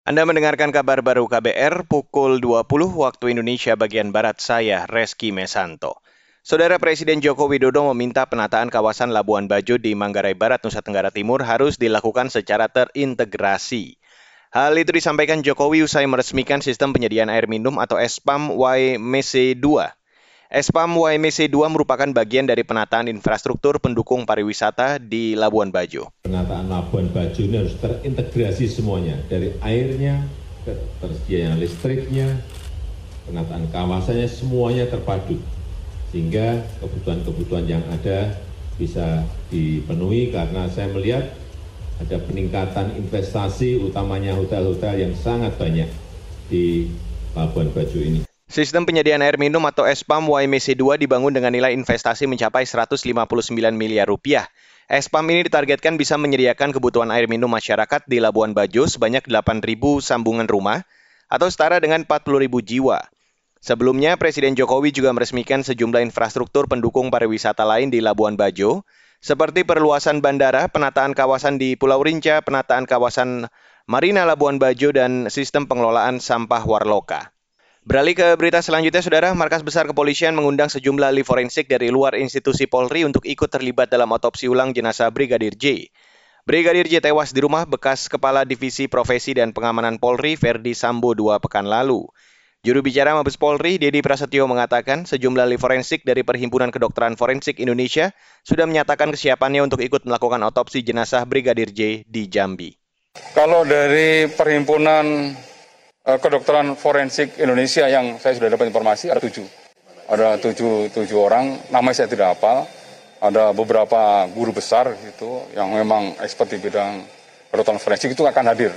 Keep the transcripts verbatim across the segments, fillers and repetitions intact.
Anda mendengarkan kabar baru K B R pukul dua puluh waktu Indonesia bagian Barat, saya Reski Mesanto. Saudara Presiden Joko Widodo meminta penataan kawasan Labuan Bajo di Manggarai Barat, Nusa Tenggara Timur harus dilakukan secara terintegrasi. Hal itu disampaikan Jokowi usai meresmikan sistem penyediaan air minum atau S P A M Y M C dua. S P A M Y M C dua merupakan bagian dari penataan infrastruktur pendukung pariwisata di Labuan Bajo. Penataan Labuan Bajo ini harus terintegrasi semuanya, dari airnya, ketersediaan listriknya, penataan kawasannya, semuanya terpadu. Sehingga kebutuhan-kebutuhan yang ada bisa dipenuhi karena saya melihat ada peningkatan investasi, utamanya hotel-hotel yang sangat banyak di Labuan Bajo ini. Sistem penyediaan air minum atau S P A M Y M C dua dibangun dengan nilai investasi mencapai seratus lima puluh sembilan miliar rupiah. S P A M ini ditargetkan bisa menyediakan kebutuhan air minum masyarakat di Labuan Bajo sebanyak delapan ribu sambungan rumah atau setara dengan empat puluh ribu jiwa. Sebelumnya, Presiden Jokowi juga meresmikan sejumlah infrastruktur pendukung pariwisata lain di Labuan Bajo, seperti perluasan bandara, penataan kawasan di Pulau Rinca, penataan kawasan Marina Labuan Bajo, dan sistem pengelolaan sampah Warloka. Beralih ke berita selanjutnya, Saudara, Markas Besar Kepolisian mengundang sejumlah ahli forensik dari luar institusi Polri untuk ikut terlibat dalam otopsi ulang jenazah Brigadir J. Brigadir J tewas di rumah bekas Kepala Divisi Profesi dan Pengamanan Polri, Verdi Sambo, dua pekan lalu. Juru bicara Mabes Polri, Dedi Prasetyo, mengatakan sejumlah ahli forensik dari Perhimpunan Kedokteran Forensik Indonesia sudah menyatakan kesiapannya untuk ikut melakukan otopsi jenazah Brigadir J di Jambi. Kalau dari Perhimpunan Kedokteran Forensik Indonesia yang saya sudah dapat informasi ada tujuh, ada tujuh, tujuh orang, namanya saya tidak hafal. Ada beberapa guru besar gitu yang memang expert di bidang kedokteran forensik itu akan hadir,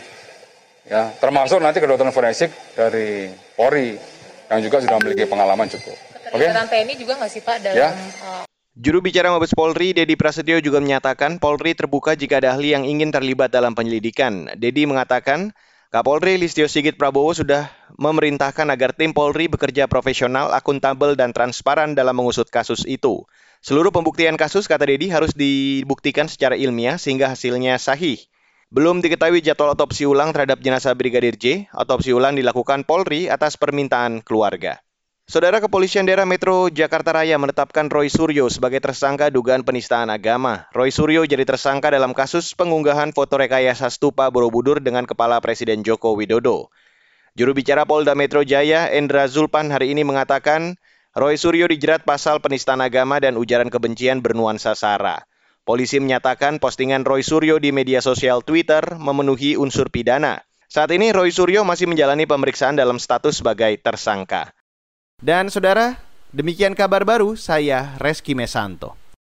ya termasuk nanti kedokteran forensik dari Polri yang juga sudah memiliki pengalaman cukup. Oke? Keterlibatan T N I juga nggak sih Pak dalam? Ya? Uh... Juru bicara Mabes Polri, Dedi Prasetyo, juga menyatakan Polri terbuka jika ada ahli yang ingin terlibat dalam penyelidikan. Dedi mengatakan Kapolri Listio Sigit Prabowo sudah memerintahkan agar tim Polri bekerja profesional, akuntabel, dan transparan dalam mengusut kasus itu. Seluruh pembuktian kasus, kata Dedi, harus dibuktikan secara ilmiah sehingga hasilnya sahih. Belum diketahui jadwal otopsi ulang terhadap jenazah Brigadir J. Otopsi ulang dilakukan Polri atas permintaan keluarga. Saudara, Kepolisian Daerah Metro Jakarta Raya menetapkan Roy Suryo sebagai tersangka dugaan penistaan agama. Roy Suryo jadi tersangka dalam kasus pengunggahan foto rekayasa stupa Borobudur dengan Kepala Presiden Joko Widodo. Juru bicara Polda Metro Jaya, Endra Zulpan, hari ini mengatakan Roy Suryo dijerat pasal penistaan agama dan ujaran kebencian bernuansa sara. Polisi menyatakan postingan Roy Suryo di media sosial Twitter memenuhi unsur pidana. Saat ini Roy Suryo masih menjalani pemeriksaan dalam status sebagai tersangka. Dan saudara, demikian kabar baru, saya Reski Mesanto.